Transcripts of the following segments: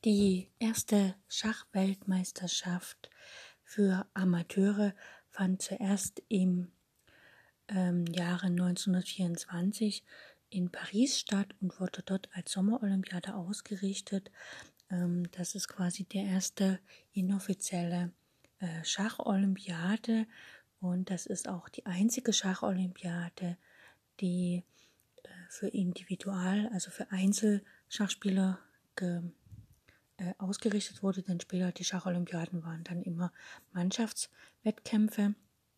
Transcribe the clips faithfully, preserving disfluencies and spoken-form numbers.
Die erste Schachweltmeisterschaft für Amateure fand zuerst im ähm, Jahre neunzehnhundertvierundzwanzig in Paris statt und wurde dort als Sommerolympiade ausgerichtet. Ähm, das ist quasi der erste inoffizielle äh, Schacholympiade und das ist auch die einzige Schacholympiade, die äh, für Individual, also für Einzelschachspieler ge Äh, ausgerichtet wurde, denn später die Schacholympiaden waren dann immer Mannschaftswettkämpfe.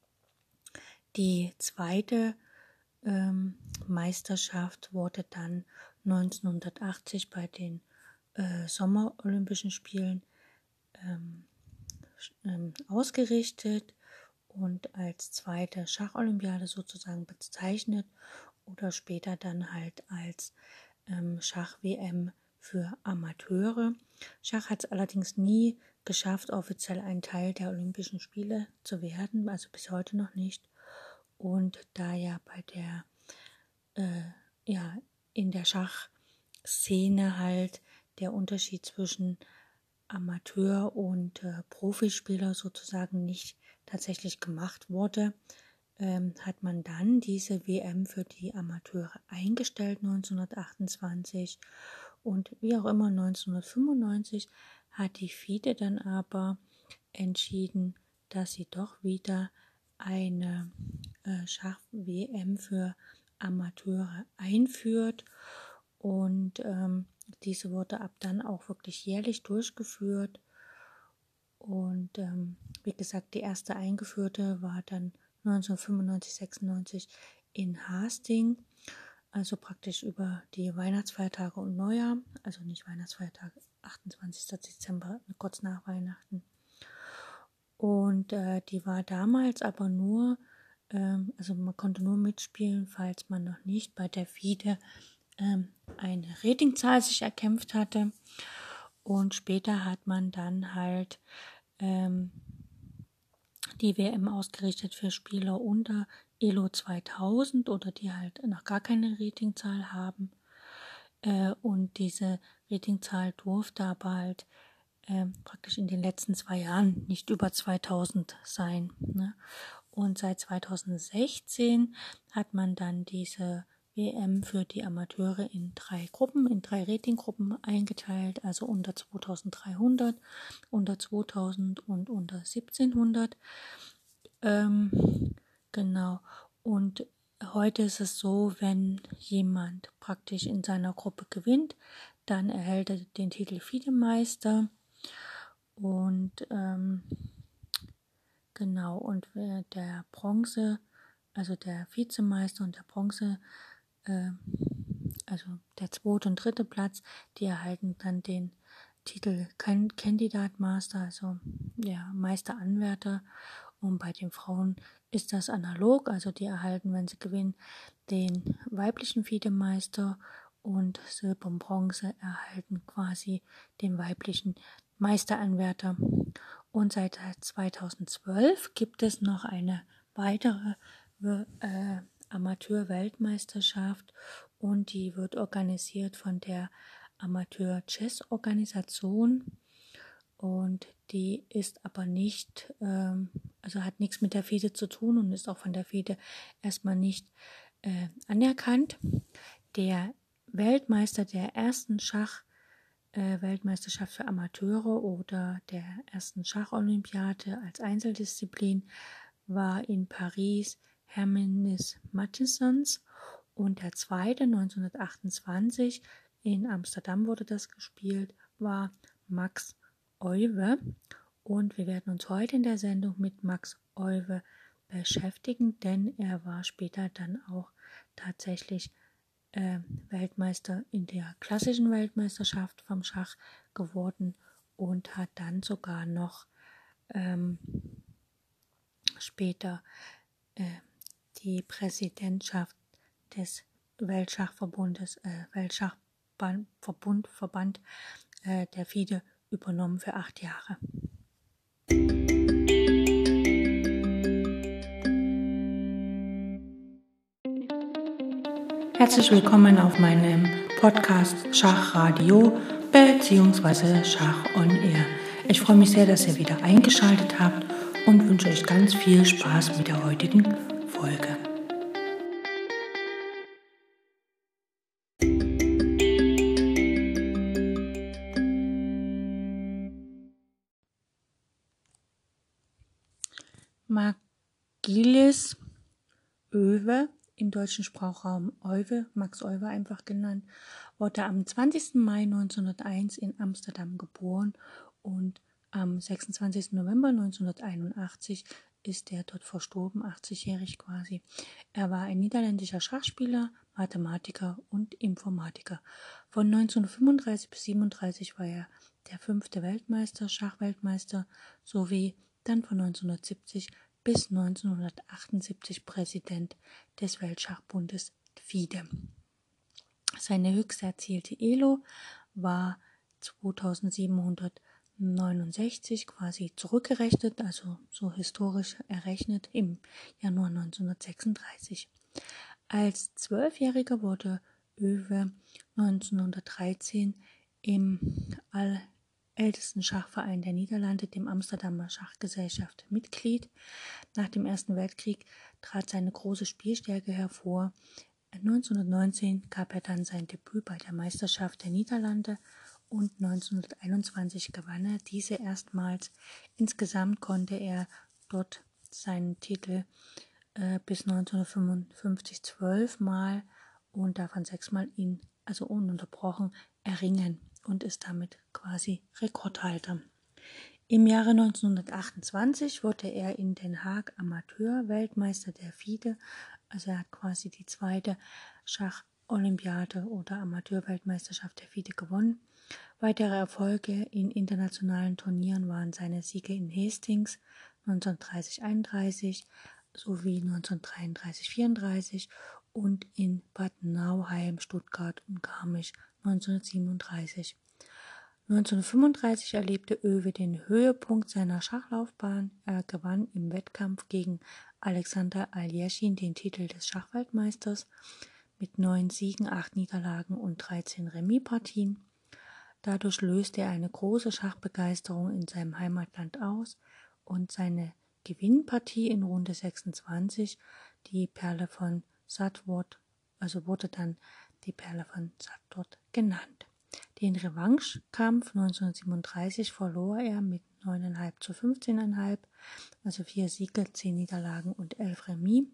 Die zweite ähm, Meisterschaft wurde dann neunzehnhundertachtzig bei den äh, Sommerolympischen Spielen ähm, ähm, ausgerichtet und als zweite Schacholympiade sozusagen bezeichnet oder später dann halt als ähm, Schach-W M für Amateure. Schach hat es allerdings nie geschafft, offiziell ein Teil der Olympischen Spiele zu werden, also bis heute noch nicht. Und da ja bei der, äh, ja, in der Schachszene halt der Unterschied zwischen Amateur- und äh, Profispieler sozusagen nicht tatsächlich gemacht wurde, ähm, hat man dann diese W M für die Amateure eingestellt neunzehnhundertachtundzwanzig und wie auch immer neunzehnhundertfünfundneunzig hat die FIDE dann aber entschieden, dass sie doch wieder eine äh, Schach-W M für Amateure einführt und ähm, diese wurde ab dann auch wirklich jährlich durchgeführt und ähm, wie gesagt, die erste eingeführte war dann neunzehnhundertfünfundneunzig sechsundneunzig in Hasting, also praktisch über die Weihnachtsfeiertage und Neujahr, also nicht Weihnachtsfeiertage, achtundzwanzigster Dezember, kurz nach Weihnachten. Und äh, die war damals aber nur, ähm, also man konnte nur mitspielen, falls man noch nicht bei der FIDE ähm, eine Ratingzahl sich erkämpft hatte. Und später hat man dann halt ähm, die W M ausgerichtet für Spieler unter E L O zweitausend oder die halt noch gar keine Ratingzahl haben. Äh, und diese Ratingzahl durfte aber halt äh, praktisch in den letzten zwei Jahren nicht über zweitausend sein. Ne? Und seit zweitausendsechzehn hat man dann diese W M für die Amateure in drei Gruppen, in drei Ratinggruppen eingeteilt, also unter zweitausenddreihundert, unter zweitausend und unter siebzehnhundert. Ähm, genau. Und heute ist es so, wenn jemand praktisch in seiner Gruppe gewinnt, dann erhält er den Titel FIDE-Meister. Und ähm, genau, und der Bronze, also der Vizemeister und der Bronze, äh, also der zweite und dritte Platz, die erhalten dann den Titel Candidate Master, also der Meisteranwärter. Und bei den Frauen ist das analog, also die erhalten, wenn sie gewinnen, den weiblichen FIDE-Meister und Silber und Bronze erhalten quasi den weiblichen Meisteranwärter. Und seit zweitausendzwölf gibt es noch eine weitere äh, Amateur-Weltmeisterschaft und die wird organisiert von der Amateur-Chess-Organisation und die ist aber nicht, ähm, also hat nichts mit der FIDE zu tun und ist auch von der FIDE erstmal nicht äh, anerkannt. Der Weltmeister der ersten Schach-Weltmeisterschaft äh, für Amateure oder der ersten Schacholympiade als Einzeldisziplin war in Paris Hermenis Matthijssens und der zweite neunzehnhundertachtundzwanzig, in Amsterdam wurde das gespielt, war Max Euwe und wir werden uns heute in der Sendung mit Max Euwe beschäftigen, denn er war später dann auch tatsächlich äh, Weltmeister in der klassischen Weltmeisterschaft vom Schach geworden und hat dann sogar noch ähm, später äh, die Präsidentschaft des Weltschachverbundes, äh, Weltschachverbund, Verband äh, der FIDE übernommen für acht Jahre. Herzlich willkommen auf meinem Podcast Schachradio bzw. Schach on Air. Ich freue mich sehr, dass ihr wieder eingeschaltet habt und wünsche euch ganz viel Spaß mit der heutigen Folge. Magilis Oewe, im deutschen Sprachraum Euwe, Max Euwe einfach genannt, wurde am zwanzigsten Mai neunzehnhunderteins in Amsterdam geboren und am sechsundzwanzigsten November neunzehnhunderteinundachtzig ist er dort verstorben, achtzigjährig quasi. Er war ein niederländischer Schachspieler, Mathematiker und Informatiker. Von neunzehnhundertfünfunddreißig bis siebenunddreißig war er der fünfte Weltmeister, Schachweltmeister, sowie dann von neunzehnhundertsiebzig bis neunzehnhundertachtundsiebzig Präsident des Weltschachbundes FIDE. Seine höchste erzielte Elo war zweitausendsiebenhundertneunundsechzig quasi zurückgerechnet, also so historisch errechnet im Januar neunzehnhundertsechsunddreißig. Als Zwölfjähriger wurde Oewe neunzehnhundertdreizehn im All ältesten Schachverein der Niederlande, dem Amsterdamer Schachgesellschaft, Mitglied. Nach dem Ersten Weltkrieg trat seine große Spielstärke hervor. neunzehnhundertneunzehn gab er dann sein Debüt bei der Meisterschaft der Niederlande und neunzehnhunderteinundzwanzig gewann er diese erstmals. Insgesamt konnte er dort seinen Titel äh, bis neunzehnhundertfünfundfünfzig zwölf Mal und davon sechsmal ihn, also ununterbrochen, erringen und ist damit quasi Rekordhalter. Im Jahre neunzehnhundertachtundzwanzig wurde er in Den Haag Amateur-Weltmeister der FIDE, also er hat quasi die zweite Schach-Olympiade oder Amateur-Weltmeisterschaft der FIDE gewonnen. Weitere Erfolge in internationalen Turnieren waren seine Siege in Hastings neunzehnhundertdreißig einunddreißig sowie neunzehnhundertdreiunddreißig vierunddreißig und in Bad Nauheim, Stuttgart und Garmisch neunzehnhundertsiebenunddreißig. neunzehnhundertfünfunddreißig erlebte Oewe den Höhepunkt seiner Schachlaufbahn. Er gewann im Wettkampf gegen Alexander Aljeschin den Titel des Schachweltmeisters mit neun Siegen, acht Niederlagen und dreizehn Remispartien. Dadurch löste er eine große Schachbegeisterung in seinem Heimatland aus und seine Gewinnpartie in Runde sechsundzwanzig, die Perle von Zandvoort, also wurde dann die Perle von Zandvoort genannt. Den Revanchekampf neunzehnhundertsiebenunddreißig verlor er mit neun Komma fünf zu fünfzehn Komma fünf, also vier Siege, zehn Niederlagen und elf Remis.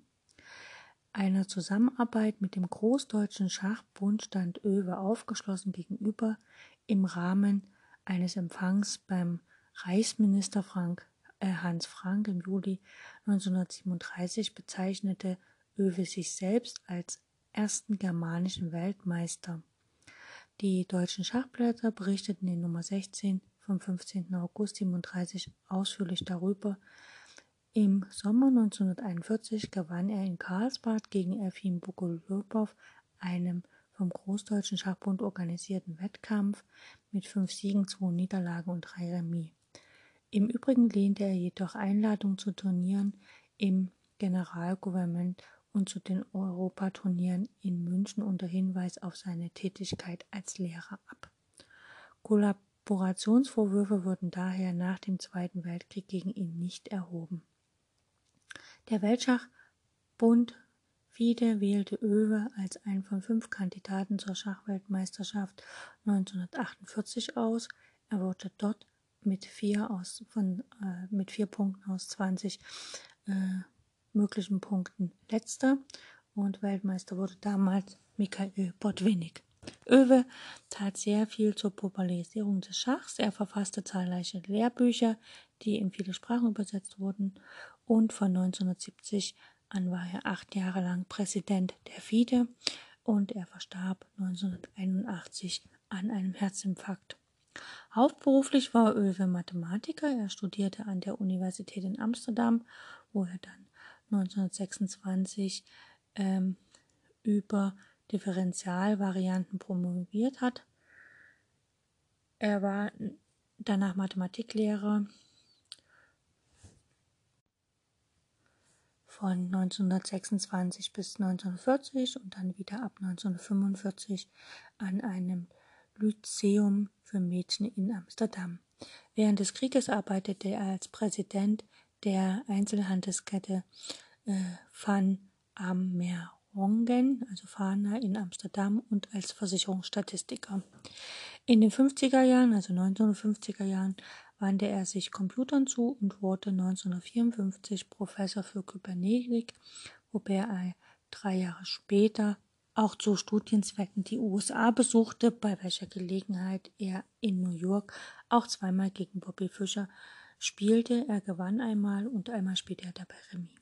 Einer Zusammenarbeit mit dem Großdeutschen Schachbund stand Oewe aufgeschlossen gegenüber. Im Rahmen eines Empfangs beim Reichsminister Frank, äh Hans Frank im Juli neunzehnhundertsiebenunddreißig bezeichnete Oewe sich selbst als ersten germanischen Weltmeister. Die deutschen Schachblätter berichteten in Nummer sechzehn vom fünfzehnten August siebenunddreißig ausführlich darüber. Im Sommer neunzehnhunderteinundvierzig gewann er in Karlsbad gegen Efim Bogoljubov, einem vom Großdeutschen Schachbund organisierten Wettkampf, mit fünf Siegen, zwei Niederlagen und drei Remis. Im Übrigen lehnte er jedoch Einladungen zu Turnieren im Generalgouvernement und zu den Europaturnieren in München unter Hinweis auf seine Tätigkeit als Lehrer ab. Kollaborationsvorwürfe wurden daher nach dem Zweiten Weltkrieg gegen ihn nicht erhoben. Der Weltschachbund FIDE wählte Oewe als einen von fünf Kandidaten zur Schachweltmeisterschaft neunzehnhundertachtundvierzig aus. Er wurde dort mit vier, aus, von, äh, mit vier Punkten aus zwanzig äh, möglichen Punkten letzter und Weltmeister wurde damals Michail Botwinnik. Oewe tat sehr viel zur Popularisierung des Schachs. Er verfasste zahlreiche Lehrbücher, die in viele Sprachen übersetzt wurden, und von neunzehnhundertsiebzig an war er acht Jahre lang Präsident der FIDE und er verstarb neunzehnhunderteinundachtzig an einem Herzinfarkt. Hauptberuflich war Oewe Mathematiker. Er studierte an der Universität in Amsterdam, wo er dann neunzehnhundertsechsundzwanzig ähm, über Differentialvarianten promoviert hat. Er war danach Mathematiklehrer von neunzehnhundertsechsundzwanzig bis neunzehnhundertvierzig und dann wieder ab neunzehnhundertfünfundvierzig an einem Lyzeum für Mädchen in Amsterdam. Während des Krieges arbeitete er als Präsident der Einzelhandelskette äh, Van Amerongen, also Fana in Amsterdam, und als Versicherungsstatistiker. In den fünfziger Jahren, also neunzehnhundertfünfziger Jahren, wandte er sich Computern zu und wurde neunzehnhundertvierundfünfzig Professor für Kybernetik, wobei er drei Jahre später auch zu Studienzwecken die U S A besuchte, bei welcher Gelegenheit er in New York auch zweimal gegen Bobby Fischer spielte. Er gewann einmal und einmal spielte er dabei Remis.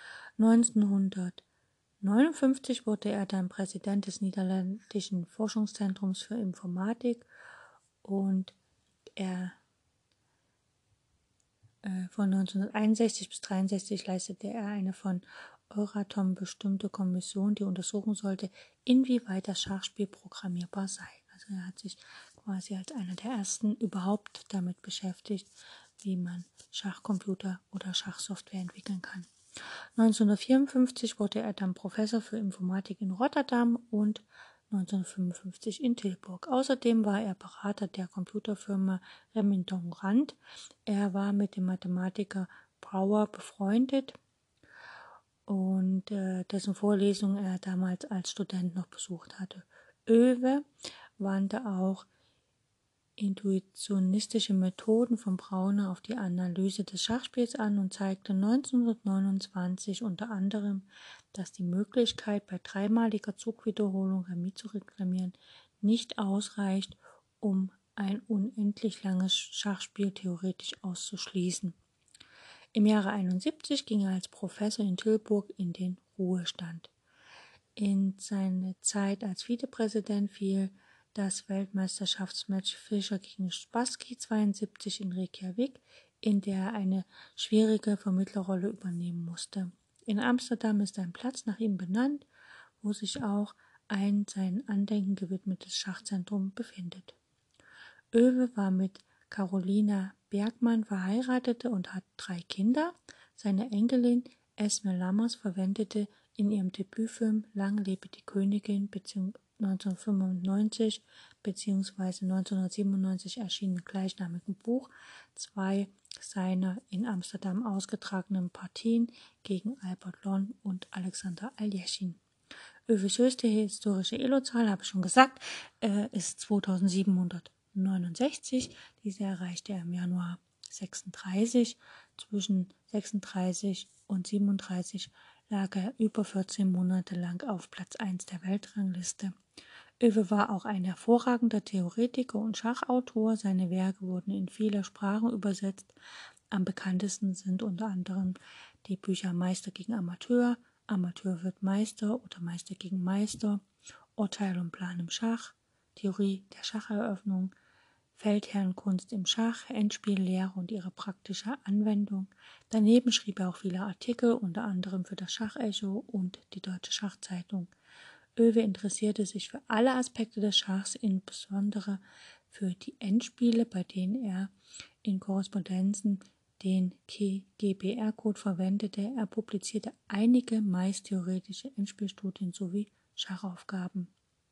neunzehnhundertneunundfünfzig wurde er dann Präsident des Niederländischen Forschungszentrums für Informatik und er äh, von neunzehnhunderteinundsechzig bis neunzehnhundertdreiundsechzig leistete er eine von Euratom bestimmte Kommission, die untersuchen sollte, inwieweit das Schachspiel programmierbar sei. Also er hat sich quasi als einer der ersten überhaupt damit beschäftigt, wie man Schachcomputer oder Schachsoftware entwickeln kann. neunzehnhundertvierundfünfzig wurde er dann Professor für Informatik in Rotterdam und neunzehnhundertfünfundfünfzig in Tilburg. Außerdem war er Berater der Computerfirma Remington Rand. Er war mit dem Mathematiker Brouwer befreundet und äh, dessen Vorlesungen er damals als Student noch besucht hatte. Oewe wandte auch intuitionistische Methoden von Brauner auf die Analyse des Schachspiels an und zeigte neunzehnhundertneunundzwanzig unter anderem, dass die Möglichkeit, bei dreimaliger Zugwiederholung Remis zu reklamieren, nicht ausreicht, um ein unendlich langes Schachspiel theoretisch auszuschließen. Im Jahre einundsiebzig ging er als Professor in Tilburg in den Ruhestand. In seine Zeit als Vizepräsident fiel das Weltmeisterschaftsmatch Fischer gegen Spassky zweiundsiebzig in Reykjavik, in der er eine schwierige Vermittlerrolle übernehmen musste. In Amsterdam ist ein Platz nach ihm benannt, wo sich auch ein sein Andenken gewidmetes Schachzentrum befindet. Oewe war mit Carolina Bergmann verheiratet und hat drei Kinder. Seine Enkelin Esme Lammers verwendete in ihrem Debütfilm Lang lebe die Königin neunzehnhundertfünfundneunzig bzw. neunzehnhundertsiebenundneunzig erschienenen gleichnamigen Buch zwei seiner in Amsterdam ausgetragenen Partien gegen Albert Lon und Alexander Aljeschin. Oeves höchste historische Elo-Zahl, habe ich schon gesagt, äh, ist zweitausendsiebenhundertneunundsechzig. Diese erreichte er im Januar sechsunddreißig. Zwischen sechsunddreißig und siebenunddreißig lag er über vierzehn Monate lang auf Platz eins der Weltrangliste. Oewe war auch ein hervorragender Theoretiker und Schachautor. Seine Werke wurden in viele Sprachen übersetzt. Am bekanntesten sind unter anderem die Bücher Meister gegen Amateur, Amateur wird Meister oder Meister gegen Meister, Urteil und Plan im Schach, Theorie der Schacheröffnung, Feldherrenkunst im Schach, Endspiellehre und ihre praktische Anwendung. Daneben schrieb er auch viele Artikel, unter anderem für das Schachecho und die Deutsche Schachzeitung. Oewe interessierte sich für alle Aspekte des Schachs, insbesondere für die Endspiele, bei denen er in Korrespondenzen den G B R-Code verwendete. Er publizierte einige meist theoretische Endspielstudien sowie Schachaufgaben.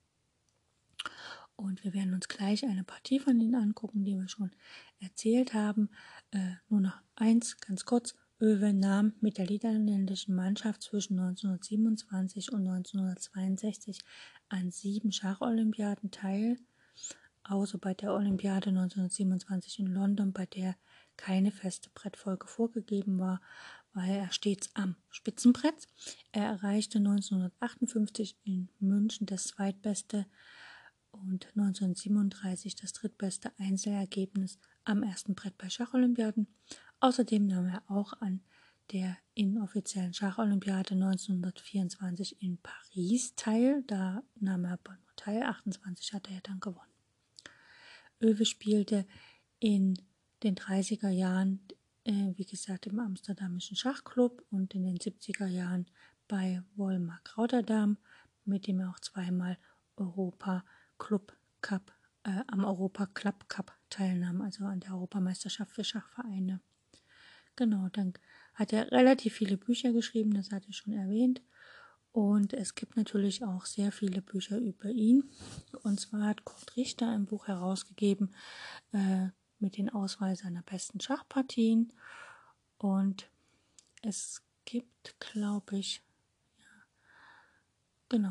Und wir werden uns gleich eine Partie von ihnen angucken, die wir schon erzählt haben. Äh, nur noch eins, ganz kurz. Oewe nahm mit der niederländischen Mannschaft zwischen neunzehnhundertsiebenundzwanzig und neunzehnhundertzweiundsechzig an sieben Schacholympiaden teil, außer bei der Olympiade neunzehnhundertsiebenundzwanzig in London, bei der keine feste Brettfolge vorgegeben war, war er stets am Spitzenbrett. Er erreichte neunzehnhundertachtundfünfzig in München das zweitbeste und neunzehnhundertsiebenunddreißig das drittbeste Einzelergebnis am ersten Brett bei Schacholympiaden. Außerdem nahm er auch an der inoffiziellen Schacholympiade neunzehnhundertvierundzwanzig in Paris teil. Da nahm er aber nur teil, achtundzwanzig hatte er dann gewonnen. Oewe spielte in den dreißiger Jahren, äh, wie gesagt, im Amsterdamischen Schachclub und in den siebziger Jahren bei Wolmark Rotterdam, mit dem er auch zweimal Europa Club Cup, äh, am Europa Club Cup teilnahm, also an der Europameisterschaft für Schachvereine. Genau, dann hat er relativ viele Bücher geschrieben, das hatte ich schon erwähnt. Und es gibt natürlich auch sehr viele Bücher über ihn. Und zwar hat Kurt Richter ein Buch herausgegeben äh, mit den Auswahl seiner besten Schachpartien. Und es gibt, glaube ich, ja, genau.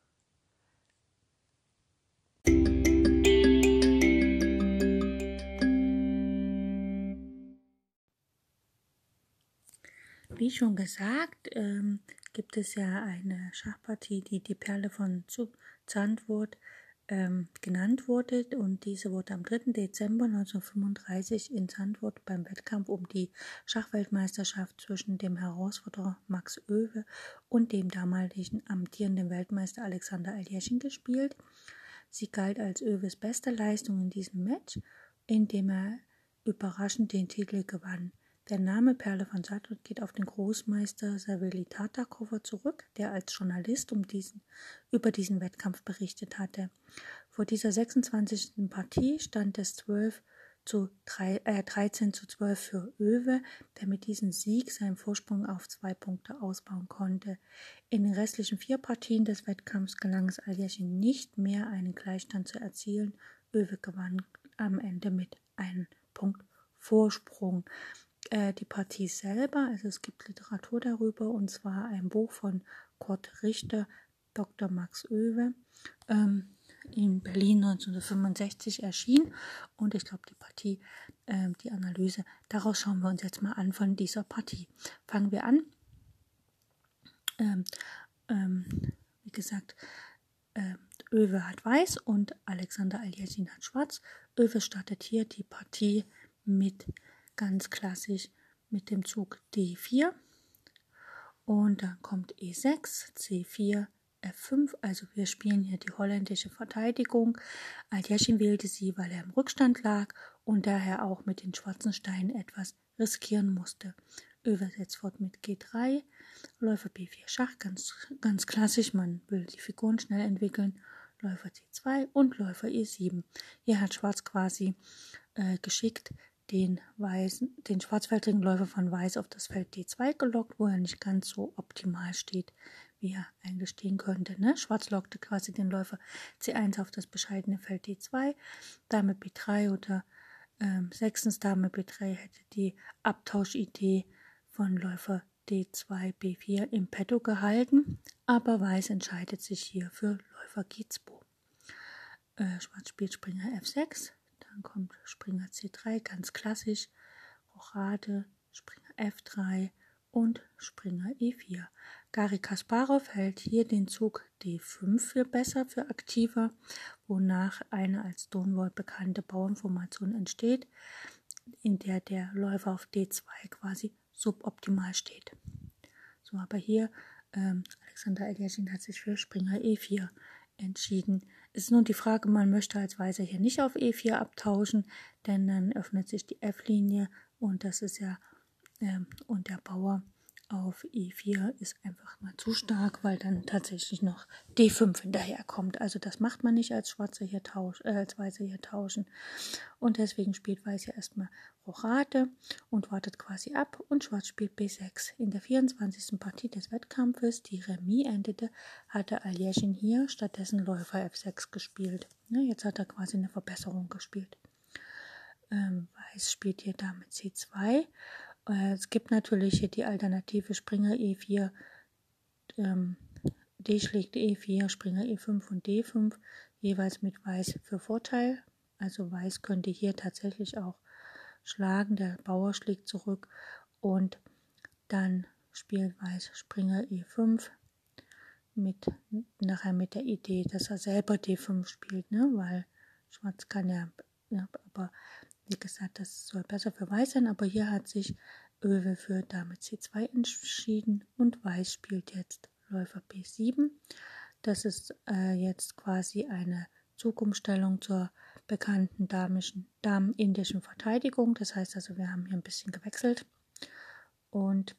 Wie schon gesagt, ähm, gibt es ja eine Schachpartie, die die Perle von Zandvoort ähm, genannt wurde, und diese wurde am dritten Dezember neunzehnhundertfünfunddreißig in Zandvoort beim Wettkampf um die Schachweltmeisterschaft zwischen dem Herausforderer Max Oewe und dem damaligen amtierenden Weltmeister Alexander Aljaschin gespielt. Sie galt als Oewes beste Leistung in diesem Match, in dem er überraschend den Titel gewann. Der Name Perle von Zandvoort geht auf den Großmeister Savelli Tartakower zurück, der als Journalist um diesen, über diesen Wettkampf berichtet hatte. Vor dieser sechsundzwanzigsten Partie stand es zwölf zu drei, äh, dreizehn zu zwölf für Oewe, der mit diesem Sieg seinen Vorsprung auf zwei Punkte ausbauen konnte. In den restlichen vier Partien des Wettkampfs gelang es Aljaschin nicht mehr, einen Gleichstand zu erzielen. Oewe gewann am Ende mit einem Punkt Vorsprung. Äh, die Partie selber, also es gibt Literatur darüber, und zwar ein Buch von Kurt Richter, Doktor Max Oewe, ähm, in Berlin neunzehnhundertfünfundsechzig erschienen, und ich glaube die Partie, äh, die Analyse, daraus schauen wir uns jetzt mal an von dieser Partie. Fangen wir an. Ähm, ähm, wie gesagt, äh, Oewe hat weiß und Alexander Aljaschin hat schwarz. Oewe startet hier die Partie mit ganz klassisch mit dem Zug D vier, und dann kommt E sechs, C vier, F fünf, also wir spielen hier die holländische Verteidigung. Aljaschin wählte sie, weil er im Rückstand lag und daher auch mit den schwarzen Steinen etwas riskieren musste. Oewe setzt fort mit G drei, Läufer B vier Schach, ganz, ganz klassisch, man will die Figuren schnell entwickeln, Läufer C zwei und Läufer E sieben. Hier hat Schwarz quasi äh, geschickt den, weißen, den schwarzfeldrigen Läufer von Weiß auf das Feld D zwei gelockt, wo er nicht ganz so optimal steht, wie er eigentlich stehen könnte. Ne? Schwarz lockte quasi den Läufer C eins auf das bescheidene Feld D zwei, Dame B drei oder ähm, sechstens Dame B drei hätte die Abtauschidee von Läufer D zwei B vier im Petto gehalten, aber Weiß entscheidet sich hier für Läufer G zwei. Äh, Schwarz spielt Springer F sechs, dann kommt Springer C drei, ganz klassisch, Rochade, Springer F drei und Springer E vier. Garry Kasparov hält hier den Zug D fünf für besser, für aktiver, wonach eine als Stonewall bekannte Bauernformation entsteht, in der der Läufer auf D zwei quasi suboptimal steht. So, aber hier ähm, Alexander Aljaschin hat sich für Springer E vier entschieden. Es ist nur die Frage, man möchte als Weißer hier nicht auf E vier abtauschen, denn dann öffnet sich die F-Linie, und das ist ja, ähm, und der Bauer auf E vier ist einfach mal zu stark, weil dann tatsächlich noch D fünf hinterherkommt. Also das macht man nicht als Schwarzer hier tauschen, äh, als Weißer hier tauschen. Und deswegen spielt Weiß ja erstmal Rochade und wartet quasi ab, und Schwarz spielt B sechs. In der vierundzwanzigsten Partie des Wettkampfes, die Remis endete, hatte Aljaschin hier stattdessen Läufer F sechs gespielt. Ja, jetzt hat er quasi eine Verbesserung gespielt. Ähm, Weiß spielt hier Dame C zwei. Äh, es gibt natürlich hier die Alternative Springer E vier, ähm, D schlägt E vier, Springer E fünf und D fünf, jeweils mit Weiß für Vorteil. Also Weiß könnte hier tatsächlich auch schlagen, der Bauer schlägt zurück, und dann spielt Weiß Springer E fünf, mit, nachher mit der Idee, dass er selber D fünf spielt, ne? Weil Schwarz kann ja, ja, aber wie gesagt, das soll besser für Weiß sein, aber hier hat sich Oewe für Dame C zwei entschieden, und Weiß spielt jetzt Läufer B sieben. Das ist äh, jetzt quasi eine Zugumstellung zur bekannten damischen, damen-indischen Verteidigung. Das heißt also, wir haben hier ein bisschen gewechselt, und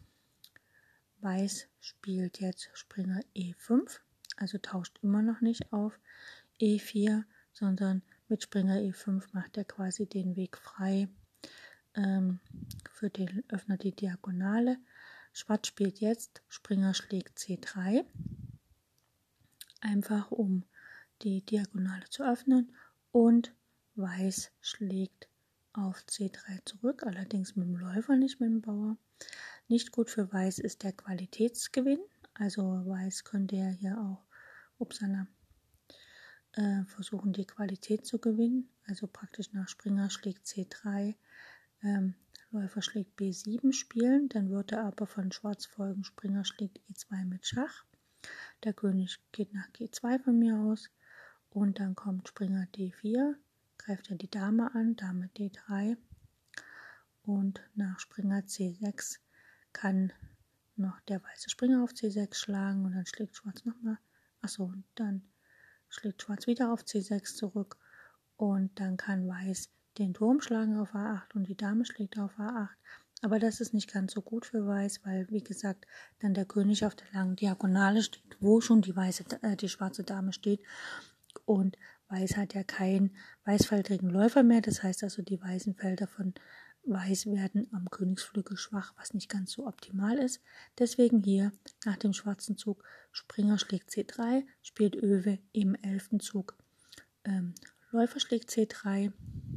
Weiß spielt jetzt Springer E fünf, also tauscht immer noch nicht auf E vier, sondern mit Springer E fünf macht er quasi den Weg frei ähm, für den Öffner die Diagonale. Schwarz spielt jetzt, Springer schlägt C drei, einfach um die Diagonale zu öffnen, und Weiß schlägt auf C drei zurück, allerdings mit dem Läufer, nicht mit dem Bauer. Nicht gut für Weiß ist der Qualitätsgewinn, also Weiß könnte ja hier auch upsala, äh, versuchen, die Qualität zu gewinnen, also praktisch nach Springer schlägt C drei, ähm, Läufer schlägt B sieben spielen, dann würde aber von Schwarz folgen, Springer schlägt E zwei mit Schach, der König geht nach G zwei von mir aus, und dann kommt Springer D vier, greift er die Dame an, Dame D drei, und nach Springer C sechs kann noch der weiße Springer auf C sechs schlagen, und dann schlägt Schwarz nochmal, achso, und dann schlägt Schwarz wieder auf C sechs zurück, und dann kann Weiß den Turm schlagen auf A acht und die Dame schlägt auf A acht. Aber das ist nicht ganz so gut für Weiß, weil, wie gesagt, dann der König auf der langen Diagonale steht, wo schon die, weiße, äh, die schwarze Dame steht. Und Weiß hat ja keinen weißfeldrigen Läufer mehr. Das heißt also, die weißen Felder von Weiß werden am Königsflügel schwach, was nicht ganz so optimal ist. Deswegen hier nach dem schwarzen Zug Springer schlägt C drei, spielt Öwe im elften Zug. Ähm, Läufer schlägt C drei,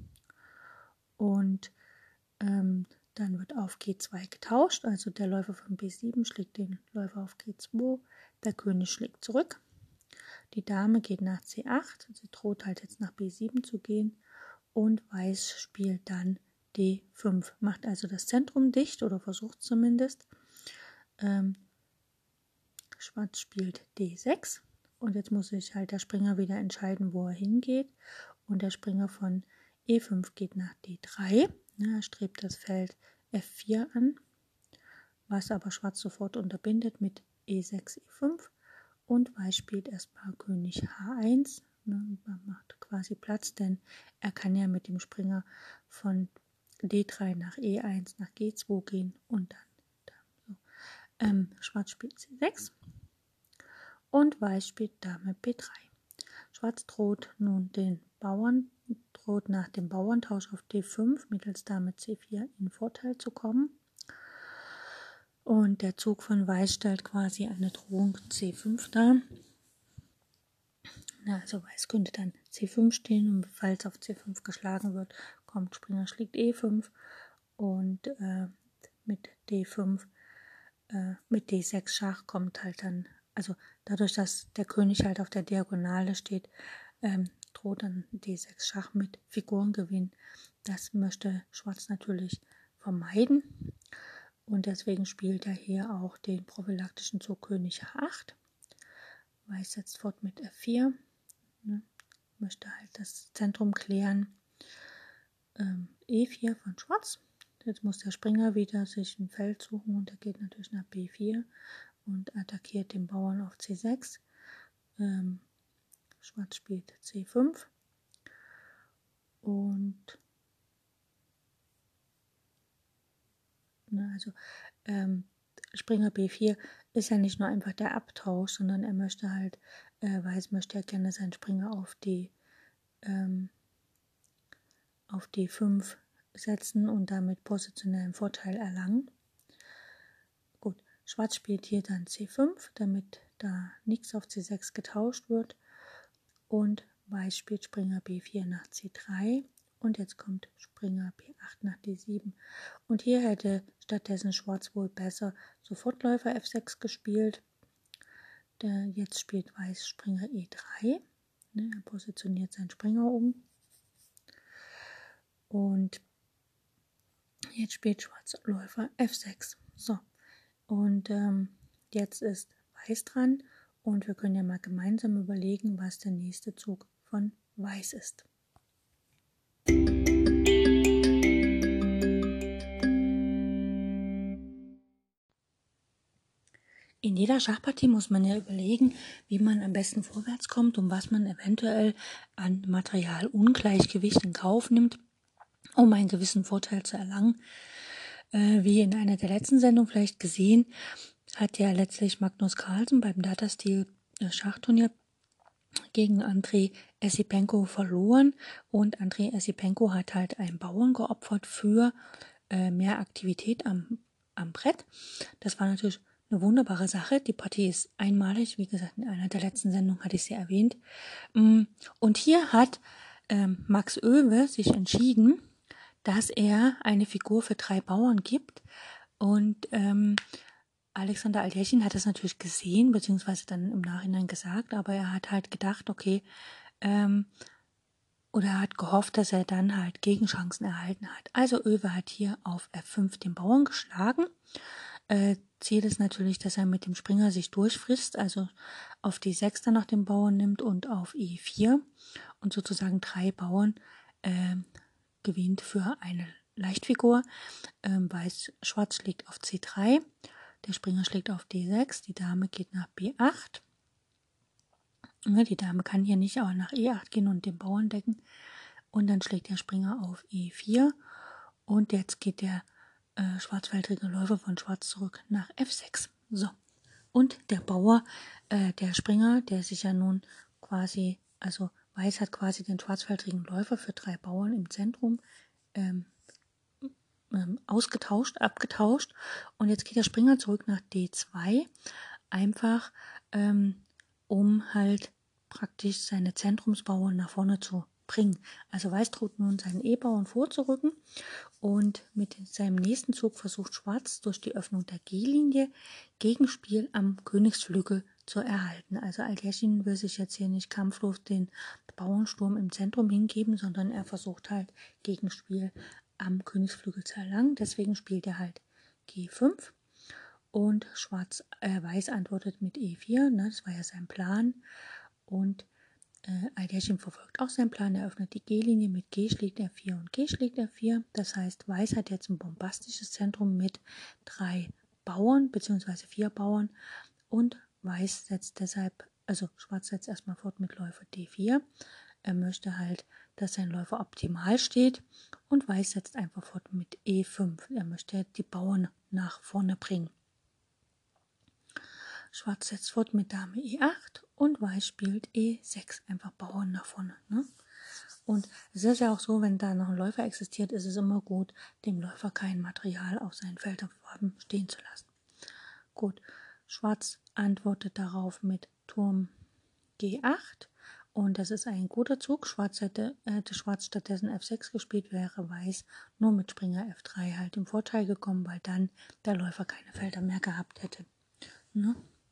und ähm, dann wird auf G zwei getauscht, also der Läufer von B sieben schlägt den Läufer auf G zwei, der König schlägt zurück, die Dame geht nach C acht, sie droht halt jetzt nach B sieben zu gehen, und Weiß spielt dann D fünf, macht also das Zentrum dicht oder versucht zumindest. Ähm, Schwarz spielt D sechs, und jetzt muss sich halt der Springer wieder entscheiden, wo er hingeht, und der Springer von E fünf geht nach D drei. Er strebt das Feld F vier an, was aber Schwarz sofort unterbindet mit E sechs, E fünf, und Weiß spielt erstmal König H eins. Man macht quasi Platz, denn er kann ja mit dem Springer von D drei nach E eins nach G zwei gehen, und dann, dann so. Ähm, Schwarz spielt C sechs und Weiß spielt Dame B drei. Schwarz droht nun den Bauern, droht nach dem Bauerntausch auf D fünf mittels Dame C vier in Vorteil zu kommen. Und der Zug von Weiß stellt quasi eine Drohung C fünf dar. Na, also Weiß könnte dann C fünf stehen, und falls auf C fünf geschlagen wird, kommt Springer schlägt E fünf, und äh, mit D fünf, äh, mit D sechs Schach kommt halt dann, also dadurch, dass der König halt auf der Diagonale steht, ähm, droht dann D sechs Schach mit Figurengewinn. Das möchte Schwarz natürlich vermeiden, und deswegen spielt er hier auch den prophylaktischen Zug König H acht. Weiß setzt fort mit F vier, ne, möchte halt das Zentrum klären. Ähm, E vier von Schwarz. Jetzt muss der Springer wieder sich ein Feld suchen, und er geht natürlich nach B vier und attackiert den Bauern auf C sechs. Ähm, Schwarz spielt C fünf, und ne, also ähm, Springer B vier ist ja nicht nur einfach der Abtausch, sondern er möchte halt, äh, Weiß möchte ja gerne seinen Springer auf die ähm, auf D fünf setzen und damit positionellen Vorteil erlangen. Gut, Schwarz spielt hier dann C fünf, damit da nichts auf C sechs getauscht wird, und Weiß spielt Springer B vier nach C drei, und jetzt kommt Springer B acht nach D sieben. Und hier hätte stattdessen Schwarz wohl besser Sofortläufer F sechs gespielt. Der, jetzt spielt Weiß Springer E drei. Ne, er positioniert seinen Springer um. Und jetzt spielt Schwarz Läufer F sechs. So, und ähm, jetzt ist Weiß dran, und wir können ja mal gemeinsam überlegen, was der nächste Zug von Weiß ist. In jeder Schachpartie muss man ja überlegen, wie man am besten vorwärts kommt und was man eventuell an Materialungleichgewicht in Kauf nimmt, um einen gewissen Vorteil zu erlangen. Äh, wie in einer der letzten Sendungen vielleicht gesehen, hat ja letztlich Magnus Carlsen beim Data Steel Schachturnier gegen Andrei Esipenko verloren, und Andrei Esipenko hat halt einen Bauern geopfert für äh, mehr Aktivität am am Brett. Das war natürlich eine wunderbare Sache. Die Partie ist einmalig. Wie gesagt, in einer der letzten Sendungen hatte ich sie erwähnt. Und hier hat ähm, Max Oewe sich entschieden, dass er eine Figur für drei Bauern gibt. Und ähm, Alexander Aljechin hat das natürlich gesehen, beziehungsweise dann im Nachhinein gesagt, aber er hat halt gedacht, okay, ähm, oder er hat gehofft, dass er dann halt Gegenchancen erhalten hat. Also Oewe hat hier auf F fünf den Bauern geschlagen. Äh, Ziel ist natürlich, dass er mit dem Springer sich durchfrisst, also auf D sechs dann noch den Bauern nimmt und auf E vier und sozusagen drei Bauern äh, gewinnt für eine Leichtfigur. Ähm, Weiß, Schwarz schlägt auf C drei. Der Springer schlägt auf D sechs, die Dame geht nach B acht. Ja, die Dame kann hier nicht auch nach E acht gehen und den Bauern decken. Und dann schlägt der Springer auf E vier. Und jetzt geht der äh, schwarzfeldrige Läufer von Schwarz zurück nach F sechs. So. Und der Bauer, äh, der Springer, der sich ja nun quasi, also Weiß hat quasi den schwarzfeldrigen Läufer für drei Bauern im Zentrum ähm, ausgetauscht, abgetauscht und jetzt geht der Springer zurück nach D zwei, einfach ähm, um halt praktisch seine Zentrumsbauern nach vorne zu bringen. Also Weiß droht nun seinen E-Bauern vorzurücken und mit seinem nächsten Zug versucht Schwarz durch die Öffnung der G-Linie Gegenspiel am Königsflügel zu erhalten. Also Aljechin will sich jetzt hier nicht kampflos den Bauernsturm im Zentrum hingeben, sondern er versucht halt Gegenspiel am Königsflügel zu erlangen. Deswegen spielt er halt G fünf und Schwarz, äh, Weiß antwortet mit E vier. Ne, das war ja sein Plan. Und äh, Aljechin verfolgt auch seinen Plan. Er öffnet die G-Linie mit G schlägt F vier und G schlägt F vier. Das heißt, Weiß hat jetzt ein bombastisches Zentrum mit drei Bauern bzw. vier Bauern und Weiß setzt deshalb, also Schwarz setzt erstmal fort mit Läufer D vier. Er möchte halt, dass sein Läufer optimal steht und Weiß setzt einfach fort mit E fünf. Er möchte die Bauern nach vorne bringen. Schwarz setzt fort mit Dame E acht und Weiß spielt E sechs, einfach Bauern nach vorne. Ne? Und es ist ja auch so, wenn da noch ein Läufer existiert, ist es immer gut, dem Läufer kein Material auf seinen Feldfarben stehen zu lassen. Gut, Schwarz antwortet darauf mit Turm G acht und das ist ein guter Zug. Schwarz hätte, hätte Schwarz stattdessen F sechs gespielt, wäre Weiß nur mit Springer F drei halt im Vorteil gekommen, weil dann der Läufer keine Felder mehr gehabt hätte. Ne?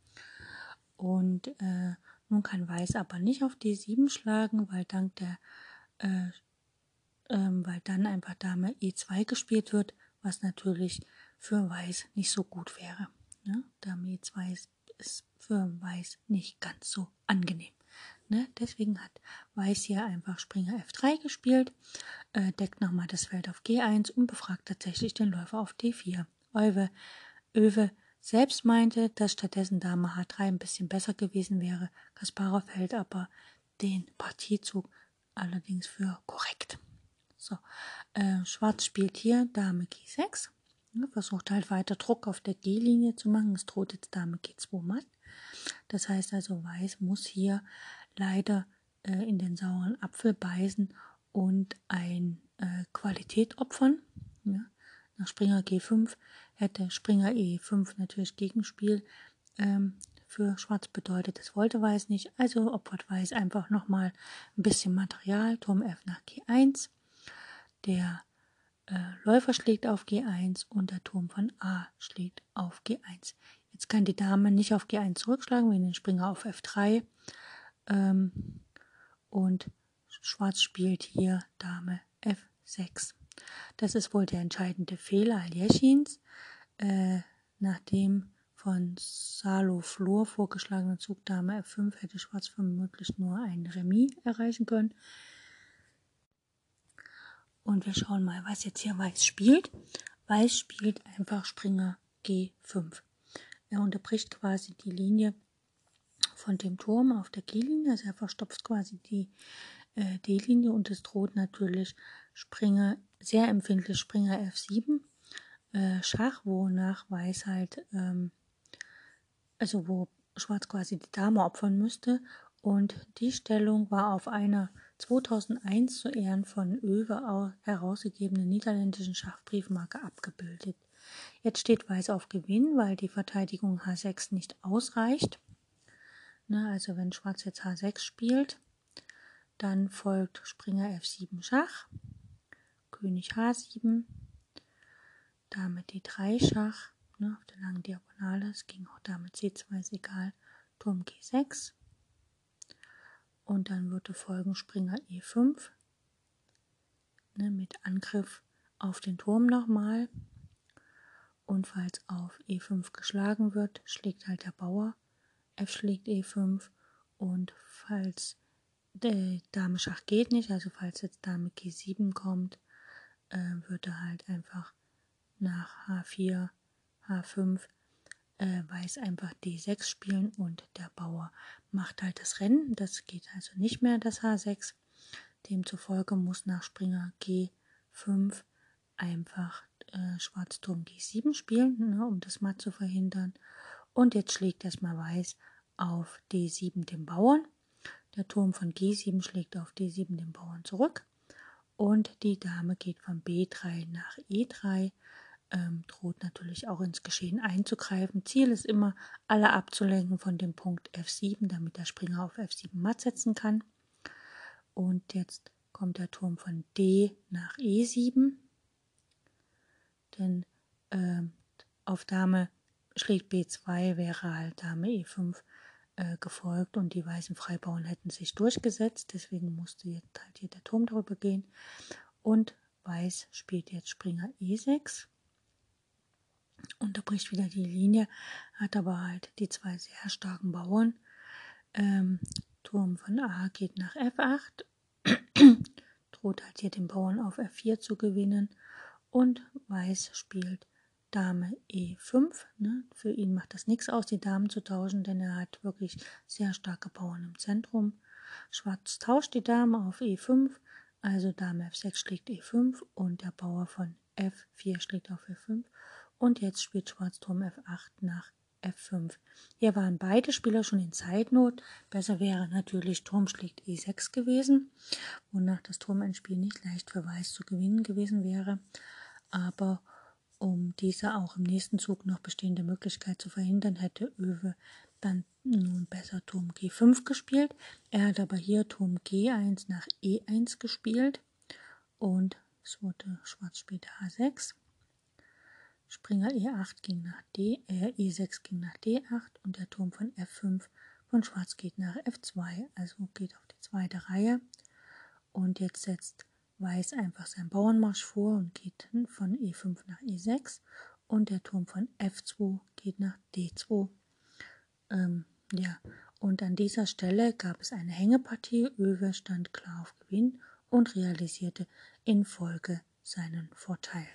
Und äh, nun kann Weiß aber nicht auf D sieben schlagen, weil dank der äh, ähm, weil dann einfach Dame E zwei gespielt wird, was natürlich für Weiß nicht so gut wäre. Ne? Dame E zwei ist, ist für Weiß nicht ganz so angenehm. Ne? Deswegen hat Weiß hier einfach Springer F drei gespielt, äh, deckt nochmal das Feld auf G eins und befragt tatsächlich den Läufer auf D vier. Oewe, Oewe selbst meinte, dass stattdessen Dame H drei ein bisschen besser gewesen wäre. Kasparov hält aber den Partiezug allerdings für korrekt. So, äh, Schwarz spielt hier Dame G sechs, ja, versucht halt weiter Druck auf der G-Linie zu machen. Es droht jetzt Dame G zwei matt. Das heißt also, Weiß muss hier leider äh, in den sauren Apfel beißen und ein äh, Qualität opfern. Ja. Nach Springer G fünf hätte Springer E fünf natürlich Gegenspiel ähm, für Schwarz bedeutet. Das wollte Weiß nicht, also opfert Weiß einfach nochmal ein bisschen Material. Turm F nach G eins. Der äh, Läufer schlägt auf G eins und der Turm von A schlägt auf G eins. Jetzt kann die Dame nicht auf G eins zurückschlagen, wegen den Springer auf F drei. Ähm, und Schwarz spielt hier Dame F sechs. Das ist wohl der entscheidende Fehler Aljechins. Äh, nach dem von Salo Flor vorgeschlagenen Zug Dame F fünf hätte Schwarz vermutlich nur ein Remis erreichen können. Und wir schauen mal, was jetzt hier Weiß spielt. Weiß spielt einfach Springer G fünf. Er unterbricht quasi die Linie von dem Turm auf der G-Linie, also er verstopft quasi die äh, D-Linie und es droht natürlich Springer, sehr empfindlich Springer F sieben, äh, Schach, wonach Weiß halt, ähm, also wo Schwarz quasi die Dame opfern müsste. Und die Stellung war auf einer zweitausendeins zu Ehren von Oewe herausgegebenen niederländischen Schachbriefmarke abgebildet. Jetzt steht Weiß auf Gewinn, weil die Verteidigung H sechs nicht ausreicht. Ne, also wenn Schwarz jetzt H sechs spielt, dann folgt Springer F sieben Schach, König H sieben, Dame D drei Schach, ne, auf der langen Diagonale, es ging auch Dame C zwei, ist egal, Turm G sechs. Und dann würde folgen Springer E fünf, ne, mit Angriff auf den Turm nochmal. Und falls auf E fünf geschlagen wird, schlägt halt der Bauer, F schlägt E fünf. Und falls der Dame Schach geht nicht, also falls jetzt Dame G sieben kommt, äh, wird er halt einfach nach H vier, H fünf, äh, Weiß einfach D sechs spielen und der Bauer macht halt das Rennen. Das geht also nicht mehr, das H sechs. Demzufolge muss nach Springer G fünf einfach äh, Schwarz Turm G sieben spielen, ne, um das Matt zu verhindern. Und jetzt schlägt erstmal Weiß auf D sieben den Bauern. Der Turm von G sieben schlägt auf D sieben den Bauern zurück. Und die Dame geht von B drei nach E drei. Ähm, droht natürlich auch ins Geschehen einzugreifen. Ziel ist immer, alle abzulenken von dem Punkt F sieben, damit der Springer auf F sieben matt setzen kann. Und jetzt kommt der Turm von D nach E sieben, denn äh, auf Dame schlägt B zwei wäre halt Dame E fünf äh, gefolgt und die weißen Freibauern hätten sich durchgesetzt, deswegen musste jetzt halt hier der Turm darüber gehen. Und Weiß spielt jetzt Springer E sechs. Unterbricht wieder die Linie, hat aber halt die zwei sehr starken Bauern. Ähm, Turm von A geht nach F acht, droht halt hier den Bauern auf F vier zu gewinnen und Weiß spielt Dame E fünf. Ne? Für ihn macht das nichts aus, die Damen zu tauschen, denn er hat wirklich sehr starke Bauern im Zentrum. Schwarz tauscht die Dame auf E fünf, also Dame F sechs schlägt E fünf und der Bauer von F vier schlägt auf F fünf. Und jetzt spielt Schwarz Turm F acht nach F fünf. Hier waren beide Spieler schon in Zeitnot. Besser wäre natürlich Turm schlägt E sechs gewesen, wonach das Turmendspiel nicht leicht für Weiß zu gewinnen gewesen wäre. Aber um diese auch im nächsten Zug noch bestehende Möglichkeit zu verhindern, hätte Oewe dann nun besser Turm G fünf gespielt. Er hat aber hier Turm G eins nach E eins gespielt und es wurde Schwarz spielte H sechs. Springer E acht ging nach D, äh, E sechs ging nach D acht und der Turm von F fünf von Schwarz geht nach F zwei, also geht auf die zweite Reihe. Und jetzt setzt Weiß einfach seinen Bauernmarsch vor und geht von E fünf nach E sechs und der Turm von F zwei geht nach D zwei. Ähm, ja, und an dieser Stelle gab es eine Hängepartie. Oewe stand klar auf Gewinn und realisierte in Folge seinen Vorteil.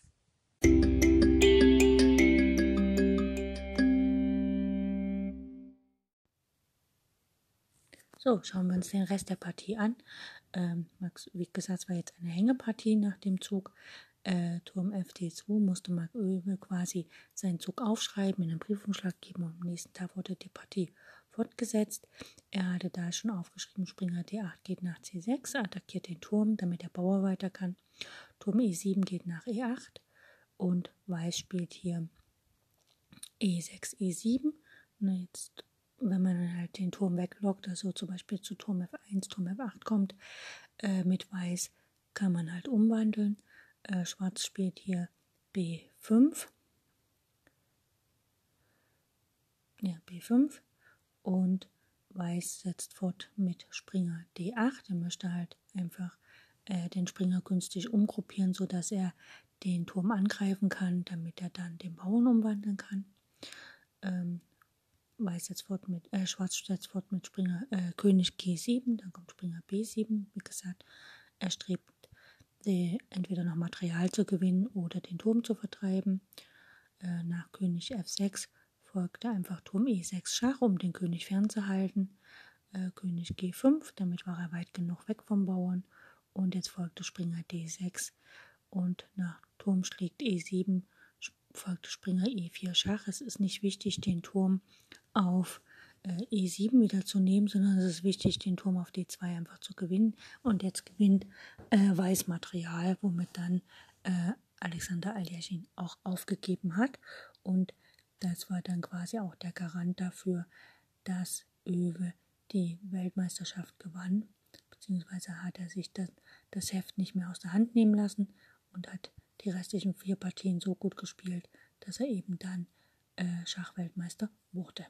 So, schauen wir uns den Rest der Partie an. Ähm, wie gesagt, es war jetzt eine Hängepartie nach dem Zug. Äh, Turm F D zwei musste Mark Oewe quasi seinen Zug aufschreiben, in einen Briefumschlag geben und am nächsten Tag wurde die Partie fortgesetzt. Er hatte da schon aufgeschrieben, Springer D acht geht nach C sechs, attackiert den Turm, damit der Bauer weiter kann. Turm E sieben geht nach E acht und Weiß spielt hier E sechs, E sieben. Na, jetzt, wenn man dann halt den Turm weglockt, also zum Beispiel zu Turm F eins, Turm F acht kommt, äh, mit Weiß kann man halt umwandeln. Äh, Schwarz spielt hier B fünf. Ja, B fünf. Und Weiß setzt fort mit Springer D acht. Er möchte halt einfach äh, den Springer günstig umgruppieren, sodass er den Turm angreifen kann, damit er dann den Bauern umwandeln kann. Ähm, Weiß jetzt fort mit, äh, Schwarz setzt fort mit Springer äh, König G sieben, dann kommt Springer B sieben. Wie gesagt, er strebt die, entweder noch Material zu gewinnen oder den Turm zu vertreiben. Äh, nach König F sechs folgte einfach Turm E sechs Schach, um den König fernzuhalten. Äh, König G fünf, damit war er weit genug weg vom Bauern. Und jetzt folgte Springer D sechs und nach Turm schlägt E sieben folgte Springer E vier Schach. Es ist nicht wichtig, den Turm auf äh, E sieben wieder zu nehmen, sondern es ist wichtig, den Turm auf D zwei einfach zu gewinnen. Und jetzt gewinnt äh, Weiß Material, womit dann äh, Alexander Aljechin auch aufgegeben hat. Und das war dann quasi auch der Garant dafür, dass Oewe die Weltmeisterschaft gewann, beziehungsweise hat er sich das, das Heft nicht mehr aus der Hand nehmen lassen und hat die restlichen vier Partien so gut gespielt, dass er eben dann äh, Schachweltmeister wurde.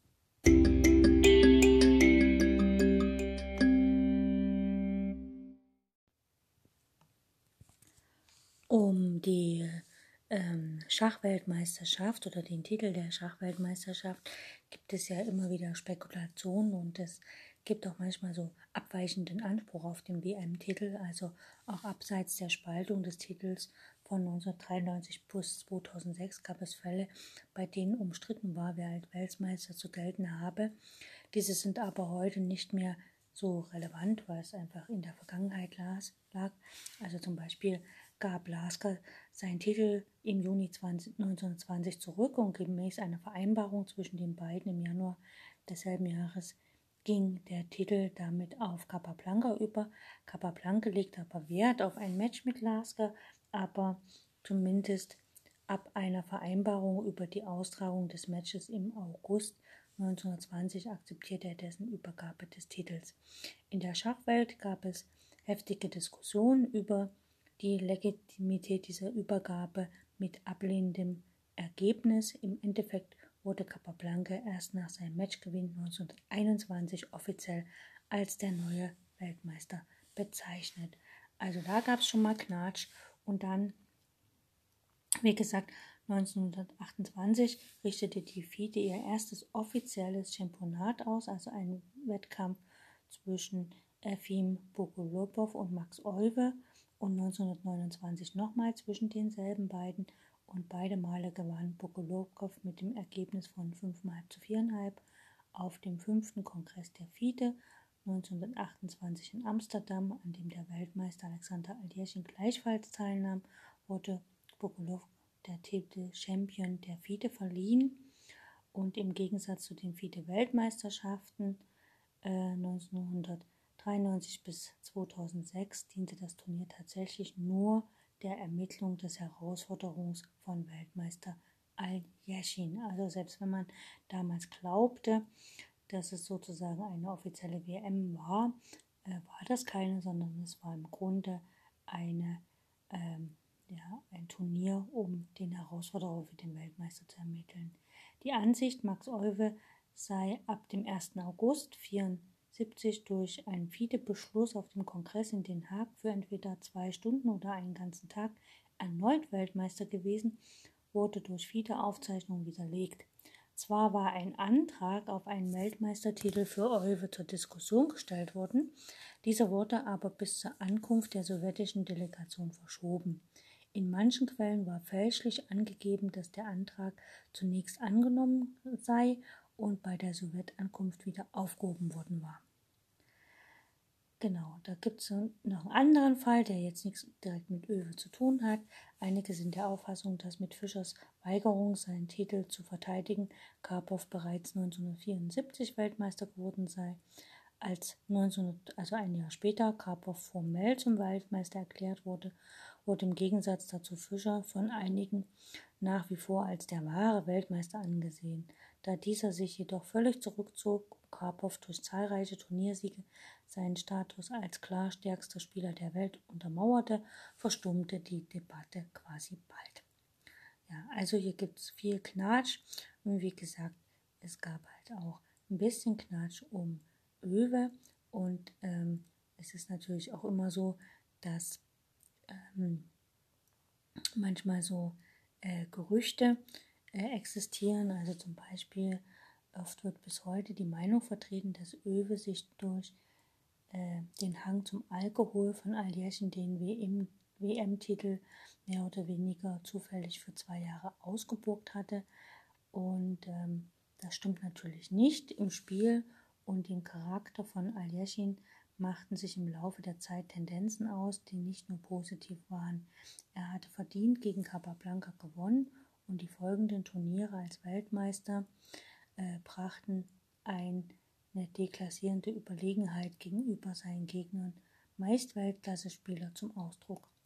Um die ähm, Schachweltmeisterschaft oder den Titel der Schachweltmeisterschaft gibt es ja immer wieder Spekulationen und es gibt auch manchmal so abweichenden Anspruch auf den W M-Titel, also auch abseits der Spaltung des Titels von neunzehnhundertdreiundneunzig bis zweitausendsechs gab es Fälle, bei denen umstritten war, wer als Weltmeister zu gelten habe. Diese sind aber heute nicht mehr so relevant, weil es einfach in der Vergangenheit lag. Also zum Beispiel gab Lasker seinen Titel im Juni neunzehnhundertzwanzig zurück und gemäß einer Vereinbarung zwischen den beiden im Januar desselben Jahres ging der Titel damit auf Capablanca über. Capablanca legte aber Wert auf ein Match mit Lasker, aber zumindest ab einer Vereinbarung über die Austragung des Matches im August neunzehnhundertzwanzig akzeptierte er dessen Übergabe des Titels. In der Schachwelt gab es heftige Diskussionen über die Legitimität dieser Übergabe mit ablehnendem Ergebnis. Im Endeffekt wurde Capablanca erst nach seinem Matchgewinn neunzehnhunderteinundzwanzig offiziell als der neue Weltmeister bezeichnet. Also da gab es schon mal Knatsch und dann, wie gesagt, neunzehnhundertachtundzwanzig richtete die FIDE ihr erstes offizielles Championat aus, also einen Wettkampf zwischen Efim Bogolubov und Max Euwe und neunzehnhundertneunundzwanzig nochmal zwischen denselben beiden und beide Male gewann Bogolubov mit dem Ergebnis von fünf Komma fünf zu vier Komma fünf auf dem fünften Kongress der FIDE neunzehnhundertachtundzwanzig in Amsterdam, an dem der Weltmeister Alexander Aljechin gleichfalls teilnahm, wurde Bogolubov der Titel Champion der FIDE verliehen und im Gegensatz zu den FIDE-Weltmeisterschaften äh, neunzehnhundertdreiundneunzig bis zweitausendsechs diente das Turnier tatsächlich nur der Ermittlung des Herausforderungs von Weltmeister Aljechin. Also selbst wenn man damals glaubte, dass es sozusagen eine offizielle W M war, äh, war das keine, sondern es war im Grunde eine ähm, Ja, ein Turnier, um den Herausforderer für den Weltmeister zu ermitteln. Die Ansicht, Max Euwe sei ab dem ersten August neunzehnhundertvierundsiebzig durch einen FIDE-Beschluss auf dem Kongress in Den Haag für entweder zwei Stunden oder einen ganzen Tag erneut Weltmeister gewesen, wurde durch FIDE-Aufzeichnungen widerlegt. Zwar war ein Antrag auf einen Weltmeistertitel für Euwe zur Diskussion gestellt worden, dieser wurde aber bis zur Ankunft der sowjetischen Delegation verschoben. In manchen Quellen war fälschlich angegeben, dass der Antrag zunächst angenommen sei und bei der Sowjetankunft wieder aufgehoben worden war. Genau, da gibt es noch einen anderen Fall, der jetzt nichts direkt mit Oewe zu tun hat. Einige sind der Auffassung, dass mit Fischers Weigerung, seinen Titel zu verteidigen, Karpov bereits neunzehnhundertvierundsiebzig Weltmeister geworden sei. Als neunzehnhundert, also ein Jahr später Karpov formell zum Weltmeister erklärt wurde, wurde im Gegensatz dazu Fischer von einigen nach wie vor als der wahre Weltmeister angesehen. Da dieser sich jedoch völlig zurückzog und Karpov durch zahlreiche Turniersiege seinen Status als klar stärkster Spieler der Welt untermauerte, verstummte die Debatte quasi bald. Ja, also hier gibt es viel Knatsch und wie gesagt, es gab halt auch ein bisschen Knatsch um Oewe und ähm, es ist natürlich auch immer so, dass ähm, manchmal so äh, Gerüchte äh, existieren, also zum Beispiel oft wird bis heute die Meinung vertreten, dass Oewe sich durch äh, den Hang zum Alkohol von Aljechin den W M-Titel mehr oder weniger zufällig für zwei Jahre ausgeborgt hatte und ähm, das stimmt natürlich nicht. Im Spiel und im Charakter von Aljechin machten sich im Laufe der Zeit Tendenzen aus, die nicht nur positiv waren. Er hatte verdient gegen Capablanca gewonnen und die folgenden Turniere als Weltmeister äh, brachten eine deklassierende Überlegenheit gegenüber seinen Gegnern, meist Weltklasse-Spieler, zum Ausdruck.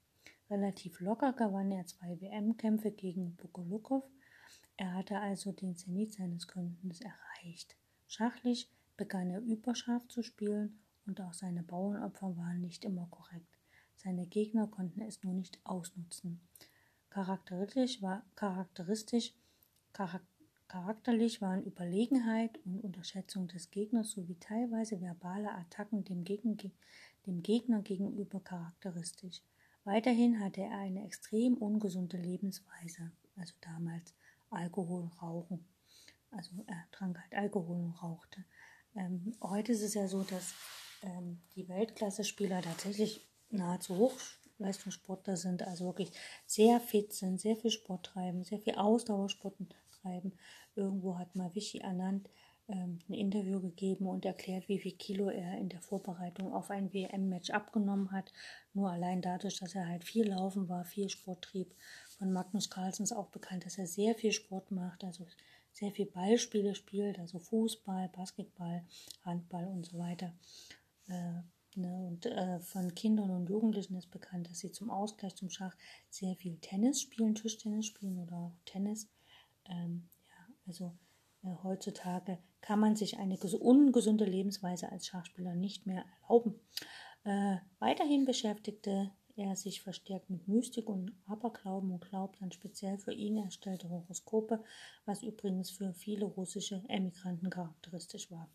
Relativ locker gewann er zwei W M-Kämpfe gegen Bogolukov. Er hatte also den Zenit seines Könntens erreicht. Schachlich begann er überscharf zu spielen und auch seine Bauernopfer waren nicht immer korrekt. Seine Gegner konnten es nur nicht ausnutzen. Charakteristisch, war, charakteristisch charak Charakterlich waren Überlegenheit und Unterschätzung des Gegners sowie teilweise verbale Attacken dem Gegner, dem Gegner gegenüber charakteristisch. Weiterhin hatte er eine extrem ungesunde Lebensweise, also damals Alkohol, Rauchen. Also er trank halt Alkohol und rauchte. Ähm, heute ist es ja so, dass ähm, die Weltklasse-Spieler tatsächlich nahezu Hochleistungssportler sind, also wirklich sehr fit sind, sehr viel Sport treiben, sehr viel Ausdauersport treiben. Irgendwo hat mal Vichy Anand ähm, ein Interview gegeben und erklärt, wie viel Kilo er in der Vorbereitung auf ein W M-Match abgenommen hat. Nur allein dadurch, dass er halt viel laufen war, viel Sport trieb. Von Magnus Carlsen ist auch bekannt, dass er sehr viel Sport macht, also sehr viel Ballspiele spielt, also Fußball, Basketball, Handball und so weiter. Äh, ne, und äh, von Kindern und Jugendlichen ist bekannt, dass sie zum Ausgleich zum Schach sehr viel Tennis spielen, Tischtennis spielen oder auch Tennis. Ähm, ja, also äh, heutzutage kann man sich eine ungesunde Lebensweise als Schachspieler nicht mehr erlauben. Äh, weiterhin beschäftigte er sich verstärkt mit Mystik und Aberglauben und glaubt an speziell für ihn erstellte Horoskope, was übrigens für viele russische Emigranten charakteristisch war.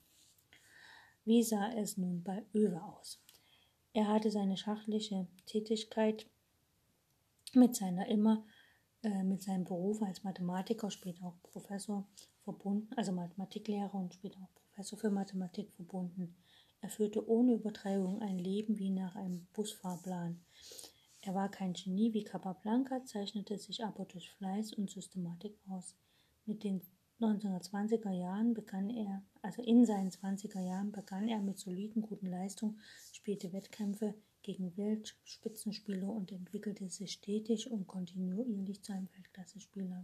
Wie sah es nun bei Oewe aus? Er hatte seine schachliche Tätigkeit mit seiner immer äh, mit seinem Beruf als Mathematiker, später auch Professor verbunden, also Mathematiklehrer und später auch Professor für Mathematik verbunden. Er führte ohne Übertreibung ein Leben wie nach einem Busfahrplan. Er war kein Genie wie Capablanca, zeichnete sich aber durch Fleiß und Systematik aus. Mit den neunzehnhundertzwanziger Jahren begann er, also in seinen zwanziger Jahren begann er mit soliden, guten Leistungen, spielte Wettkämpfe gegen Weltspitzenspieler und entwickelte sich stetig und kontinuierlich zu einem Weltklasse-Spieler.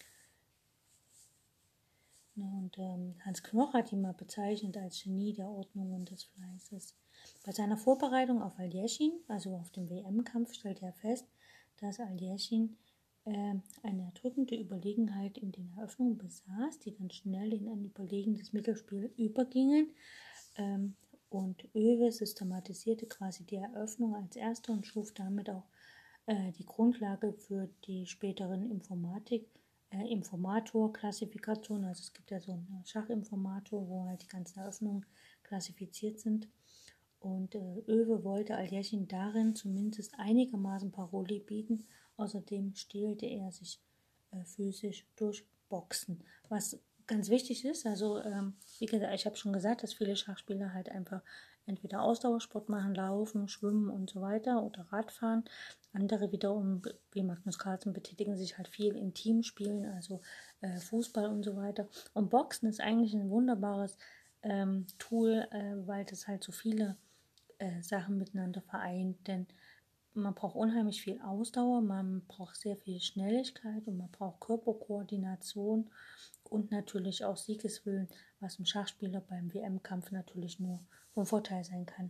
Und ähm, Hans Knoch hat ihn mal bezeichnet als Genie der Ordnung und des Fleißes. Bei seiner Vorbereitung auf Aljechin, also auf den W M-Kampf, stellte er fest, dass Aljechin äh, eine erdrückende Überlegenheit in den Eröffnungen besaß, die dann schnell in ein überlegenes Mittelspiel übergingen. Ähm, und Oewe systematisierte quasi die Eröffnung als erster und schuf damit auch äh, die Grundlage für die späteren Informatik. Äh, Informator-Klassifikation, also es gibt ja so einen Schachinformator, wo halt die ganzen Eröffnungen klassifiziert sind. Und äh, Oewe wollte Aljechin darin zumindest einigermaßen Paroli bieten. Außerdem stählte er sich äh, physisch durch Boxen, was ganz wichtig ist. Also ähm, wie gesagt, ich habe schon gesagt, dass viele Schachspieler halt einfach entweder Ausdauersport machen, laufen, schwimmen und so weiter oder Radfahren. Andere wiederum, wie Magnus Carlsen, betätigen sich halt viel in Teamspielen, also äh, Fußball und so weiter. Und Boxen ist eigentlich ein wunderbares ähm, Tool, äh, weil das halt so viele äh, Sachen miteinander vereint. Denn man braucht unheimlich viel Ausdauer, man braucht sehr viel Schnelligkeit und man braucht Körperkoordination und natürlich auch Siegeswillen, was im Schachspieler beim W M-Kampf natürlich nur von Vorteil sein kann.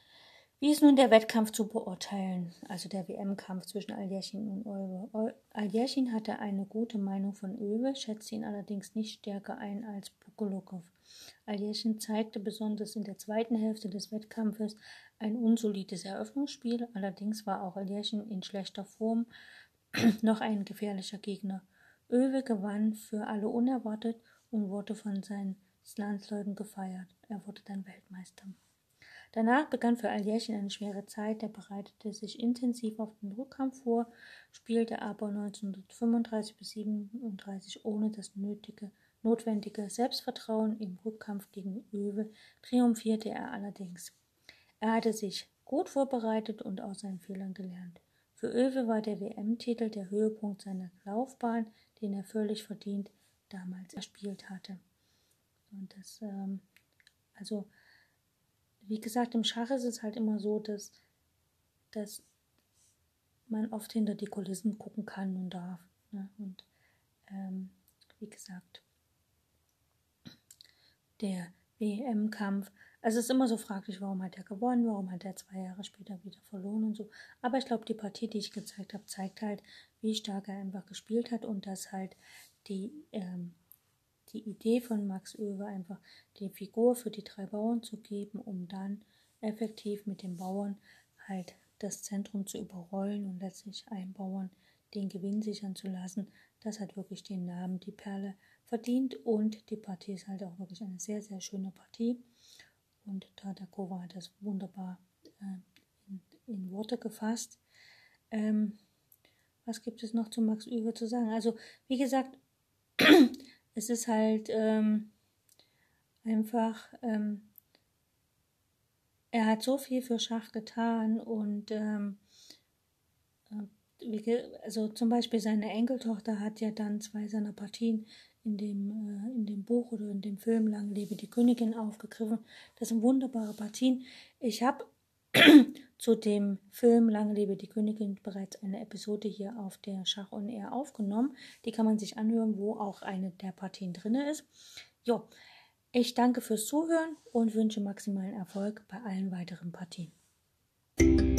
Wie ist nun der Wettkampf zu beurteilen, also der W M-Kampf zwischen Aljechin und Oewe? Aljechin hatte eine gute Meinung von Oewe, schätzte ihn allerdings nicht stärker ein als Bogolukov. Aljechin zeigte besonders in der zweiten Hälfte des Wettkampfes ein unsolides Eröffnungsspiel, allerdings war auch Aljechin in schlechter Form noch ein gefährlicher Gegner. Oewe gewann für alle unerwartet und wurde von seinen Landsleuten gefeiert. Er wurde dann Weltmeister. Danach begann für Aljechin eine schwere Zeit, er bereitete sich intensiv auf den Rückkampf vor, spielte aber neunzehnhundertfünfunddreißig bis siebenunddreißig ohne das nötige, notwendige Selbstvertrauen. Im Rückkampf gegen Oewe triumphierte er allerdings. Er hatte sich gut vorbereitet und aus seinen Fehlern gelernt. Für Oewe war der W M-Titel der Höhepunkt seiner Laufbahn, den er völlig verdient damals erspielt hatte. Und das, ähm, also wie gesagt, im Schach ist es halt immer so, dass, dass man oft hinter die Kulissen gucken kann und darf. Ne? Und ähm, wie gesagt, der W M-Kampf Also es ist immer so fraglich, warum hat er gewonnen, warum hat er zwei Jahre später wieder verloren und so. Aber ich glaube, die Partie, die ich gezeigt habe, zeigt halt, wie stark er einfach gespielt hat und dass halt die, ähm, die Idee von Max Oewe war einfach, die Figur für die drei Bauern zu geben, um dann effektiv mit den Bauern halt das Zentrum zu überrollen und letztlich einen Bauern den Gewinn sichern zu lassen. Das hat wirklich den Namen Die Perle verdient und die Partie ist halt auch wirklich eine sehr, sehr schöne Partie. Und Tartakova hat das wunderbar äh, in, in Worte gefasst. Ähm, was gibt es noch zu Max Oewe zu sagen? Also, wie gesagt, es ist halt ähm, einfach, ähm, er hat so viel für Schach getan und ähm, äh, also zum Beispiel seine Enkeltochter hat ja dann zwei seiner Partien in dem, äh, in dem Buch oder in dem Film Lang lebe die Königin aufgegriffen. Das sind wunderbare Partien. Ich habe zu dem Film Lang lebe die Königin bereits eine Episode hier auf der Schach on Air aufgenommen. Die kann man sich anhören, wo auch eine der Partien drin ist. Jo, ich danke fürs Zuhören und wünsche maximalen Erfolg bei allen weiteren Partien.